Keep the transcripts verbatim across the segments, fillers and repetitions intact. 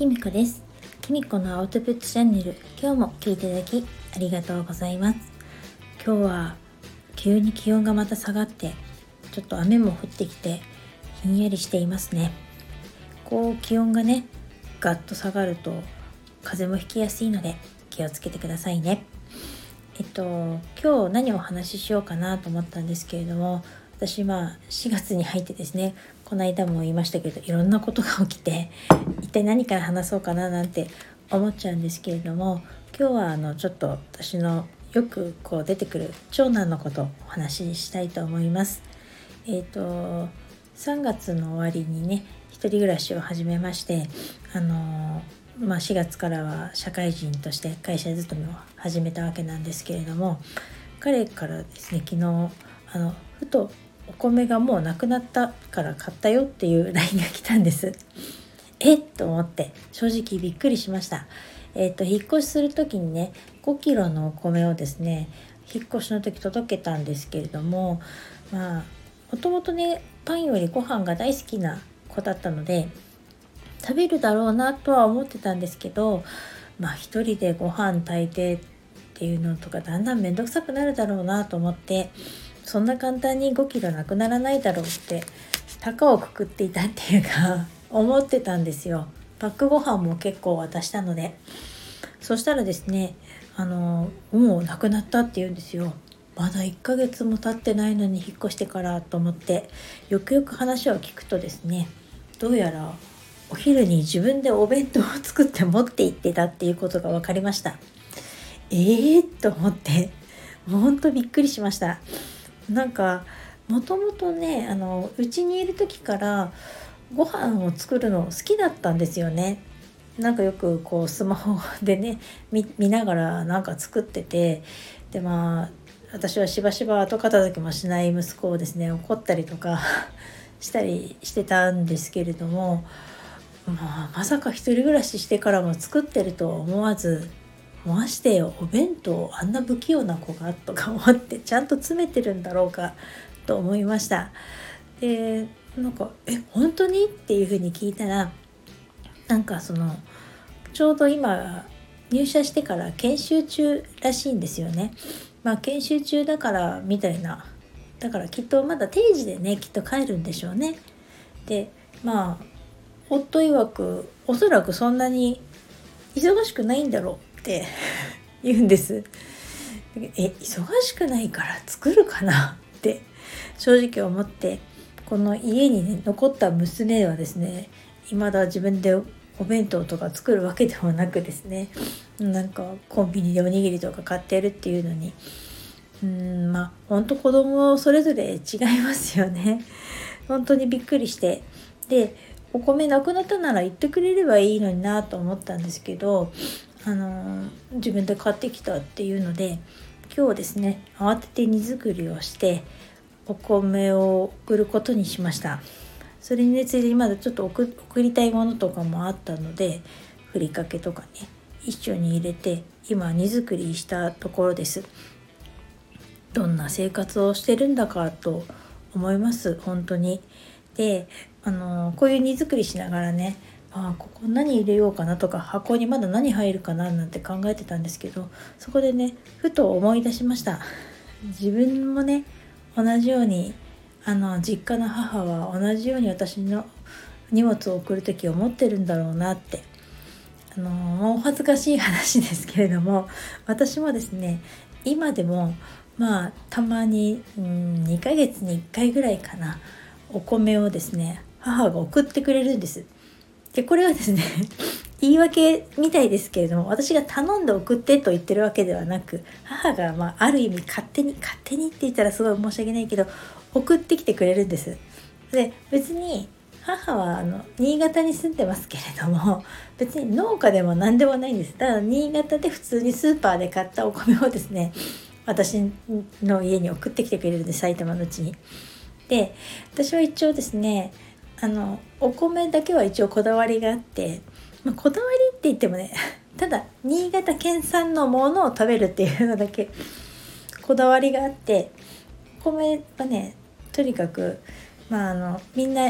きみこです。きみこのアウトプットチャンネル、今日も聞いていただきありがとうございます。今日は急に気温がまた下がって、ちょっと雨も降ってきてひんやりしていますね。こう気温がねガッと下がると風邪もひきやすいので気をつけてくださいね。えっと今日何をお話ししようかなと思ったんですけれども、私まあしがつに入ってですね、この間も言いましたけど、いろんなことが起きて一体何から話そうかななんて思っちゃうんですけれども、今日はあのちょっと私のよくこう出てくる長男のことをお話ししたいと思います。えっとさんがつの終わりにね一人暮らしを始めまして、あのまあ、しがつからは社会人として会社勤めを始めたわけなんですけれども、彼からですね昨日あのふとお米がもうなくなったから買ったよっていう ライン が来たんです。えっと思って正直びっくりしました。えっと引っ越しする時にねごキロのお米をですね引っ越しの時届けたんですけれども、まあもともとねパンよりご飯が大好きな子だったので食べるだろうなとは思ってたんですけど、まあ一人でご飯炊いてっていうのとかだんだんめんどくさくなるだろうなと思って、そんな簡単にごキロなくならないだろうって高をくくっていたっていうか思ってたんですよ。パックご飯も結構渡したので。そしたらですねあのもうなくなったって言うんですよ。まだいっかげつも経ってないのに引っ越してからと思って、よくよく話を聞くとですね、どうやらお昼に自分でお弁当を作って持って行ってたっていうことが分かりました。えーと思ってもうほんとびっくりしました。なんかもともとねあのうちにいる時からご飯を作るの好きだったんですよね。なんかよくこうスマホでね 見, 見ながらなんか作ってて、でまあ私はしばしば後片付けもしない息子をですね怒ったりとかしたりしてたんですけれども、まあ、まさか一人暮らししてからも作ってるとは思わず、ましてよお弁当あんな不器用な子がとか思ってちゃんと詰めてるんだろうかと思いました。でなんかえ本当にっていうふうに聞いたら、なんかそのちょうど今入社してから研修中らしいんですよね。まあ研修中だからみたいな、だからきっとまだ定時でねきっと帰るんでしょうね。でまあ夫曰くおそらくそんなに忙しくないんだろうって言うんです。え忙しくないから作るかなって正直思って、この家に、ね、残った娘はですね未だ自分でお弁当とか作るわけでもなくですね、なんかコンビニでおにぎりとか買ってるっていうのに、うーんまあ本当子供それぞれ違いますよね。本当にびっくりして、でお米なくなったなら言ってくれればいいのになと思ったんですけど、あの自分で買ってきたっていうので、今日ですね慌てて荷造りをしてお米を送ることにしました。それにねついでにまだちょっと 送, 送りたいものとかもあったので、ふりかけとかね一緒に入れて今荷造りしたところです。どんな生活をしてるんだかと思います本当に。であのこういう荷造りしながらね、あここ何入れようかなとか箱にまだ何入るかななんて考えてたんですけど、そこでねふと思い出しました。自分もね同じようにあの実家の母は同じように私の荷物を送る時思ってるんだろうなって、あのもうお恥ずかしい話ですけれども、私もですね今でもまあたまにんにかげつにいっかいぐらいかなお米をですね母が送ってくれるんです。でこれはですね言い訳みたいですけれども、私が頼んで送ってと言ってるわけではなく、母がまあある意味勝手に勝手にって言ったらすごい申し訳ないけど送ってきてくれるんです。で別に母はあの新潟に住んでますけれども、別に農家でも何でもないんです。だから新潟で普通にスーパーで買ったお米をですね私の家に送ってきてくれるんです、埼玉のうちに。で私は一応ですねあのお米だけは一応こだわりがあって、まあ、こだわりって言ってもねただ新潟県産のものを食べるっていうのだけこだわりがあって、お米はねとにかくまああのみんな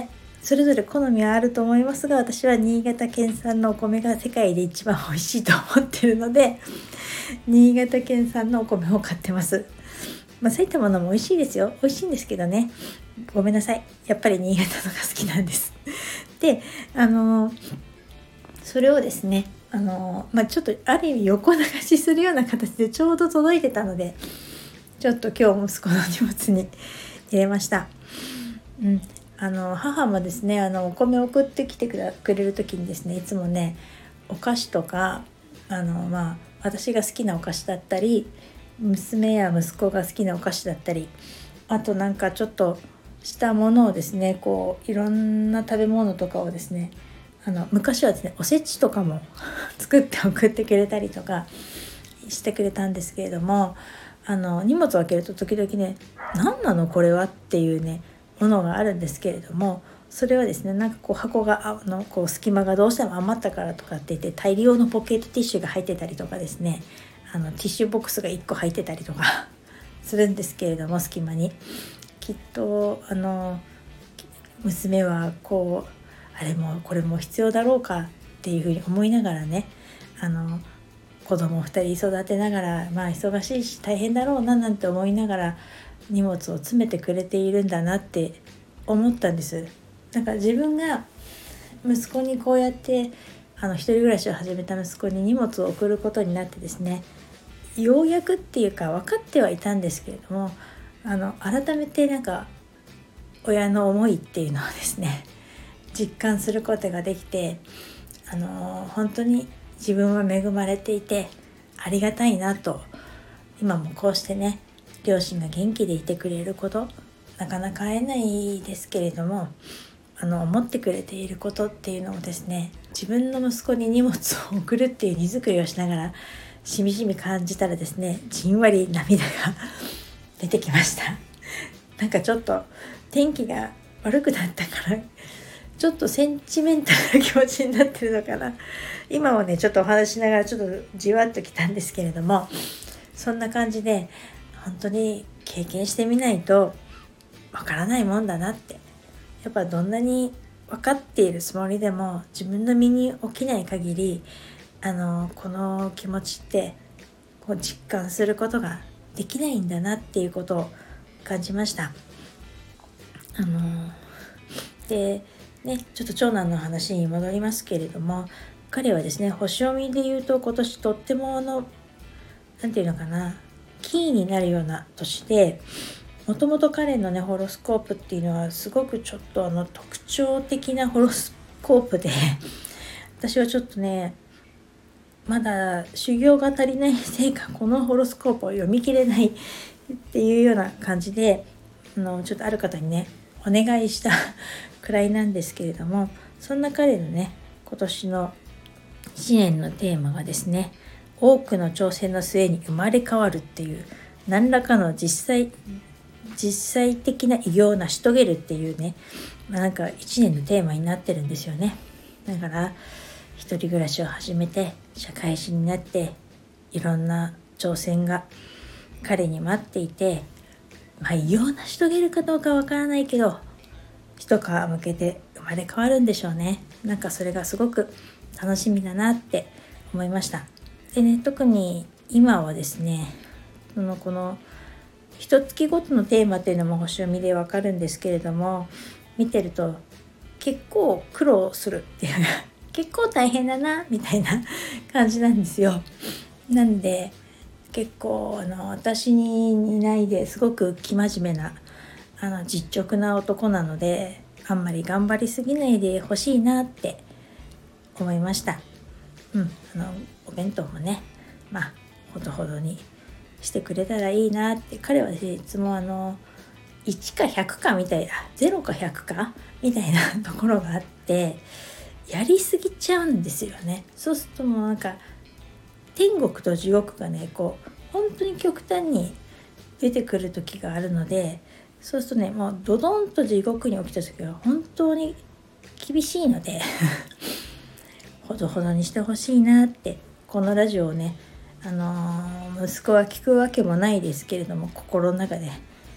それぞれ好みはあると思いますが、私は新潟県産のお米が世界で一番美味しいと思ってるので、新潟県産のお米を買ってます。まあ、埼玉のも美味しいですよ。美味しいんですけどね、ごめんなさい、やっぱり新潟のが好きなんですで、あのそれをですね、あのまあ、ちょっとある意味横流しするような形でちょうど届いてたので、ちょっと今日息子の荷物に入れました。うん、あの母もですね、あのお米を送ってきてくれる時にですね、いつもね、お菓子とか、あのまあ私が好きなお菓子だったり、娘や息子が好きなお菓子だったり、あとなんかちょっとしたものをですね、こういろんな食べ物とかをですね、あの昔はですね、おせちとかも作って送ってくれたりとかしてくれたんですけれども、あの荷物を開けると時々ね、何なのこれはっていうねものがあるんですけれども、それはですね、なんかこう箱があのこう隙間がどうしても余ったからとかって言って大量のポケットティッシュが入ってたりとかですね、あのティッシュボックスがいっこ入ってたりとかするんですけれども、隙間にきっとあの娘はこうあれもこれも必要だろうかっていうふうに思いながらね、あの子供をふたり育てながら、まあ忙しいし大変だろうななんて思いながら荷物を詰めてくれているんだなって思ったんです。なんか自分が息子にこうやってあの一人暮らしを始めた息子に荷物を送ることになってですね、ようやくっていうか分かってはいたんですけれども、あの改めてなんか親の思いっていうのをですね実感することができて、あの本当に自分は恵まれていてありがたいなと、今もこうしてね両親が元気でいてくれること、なかなか会えないですけれども、あの思ってくれていることっていうのをですね、自分の息子に荷物を送るっていう荷造りをしながらしみじみ感じたらですね、じんわり涙が出てきました。なんかちょっと天気が悪くなったからちょっとセンチメンタルな気持ちになってるのかな。今もねちょっとお話しながらちょっとじわっときたんですけれども、そんな感じで本当に経験してみないとわからないもんだなって、やっぱどんなに分かっているつもりでも自分の身に起きない限り、あのこの気持ちってこう実感することができないんだなっていうことを感じました。あのでね、ちょっと長男の話に戻りますけれども、彼はですね、星読みで言うと今年とってもあのなんていうのかな、キーになるような年で、もともと彼のねホロスコープっていうのはすごくちょっとあの特徴的なホロスコープで私はちょっとねまだ修行が足りないせいかこのホロスコープを読み切れないっていうような感じで、あのちょっとある方にねお願いしたくらいなんですけれども、そんな彼のね今年のいちねんのテーマがですね、多くの挑戦の末に生まれ変わるっていう、何らかの実際実際的な偉業を成し遂げるっていうね、まあ、なんかいちねんのテーマになってるんですよね。だから一人暮らしを始めて社会人になっていろんな挑戦が彼に待っていて、まあ偉業を成し遂げるかどうかわからないけど一皮向けて生まれ変わるんでしょうね。なんかそれがすごく楽しみだなって思いました。でね、特に今はですね、このこの一月ごとのテーマっていうのも星読みでわかるんですけれども、見てると結構苦労するっていう結構大変だなみたいな感じなんですよ。なんで結構あの私に似ないですごく生真面目なあの実直な男なので、あんまり頑張りすぎないでほしいなって思いました。うん、あのお弁当もね、まあほどほどにしてくれたらいいなって。彼はですね、いつもあのいちかひゃくかみたいな、ゼロかひゃくかみたいなところがあって、やりすぎちゃうんですよね。そうするともうなんか天国と地獄がね、こう本当に極端に出てくる時があるので、そうするとね、もうドドンと地獄に起きた時は本当に厳しいのでほどほどにしてほしいなって、このラジオをね、あのー、息子は聞くわけもないですけれども、心の中で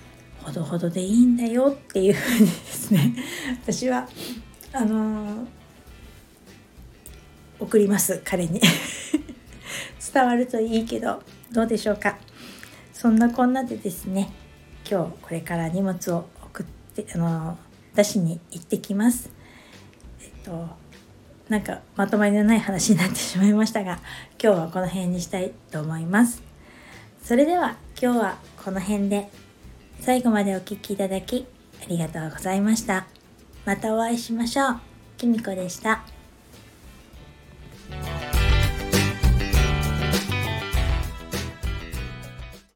ほどほどでいいんだよっていうふうにですね私はあのー、送ります彼に伝わるといいけどどうでしょうか。そんなこんなでですね、今日これから荷物を送ってあの出しに行ってきます。えっとなんかまとまりのない話になってしまいましたが、今日はこの辺にしたいと思います。それでは今日はこの辺で、最後までお聞きいただきありがとうございました。またお会いしましょう。きみこでした。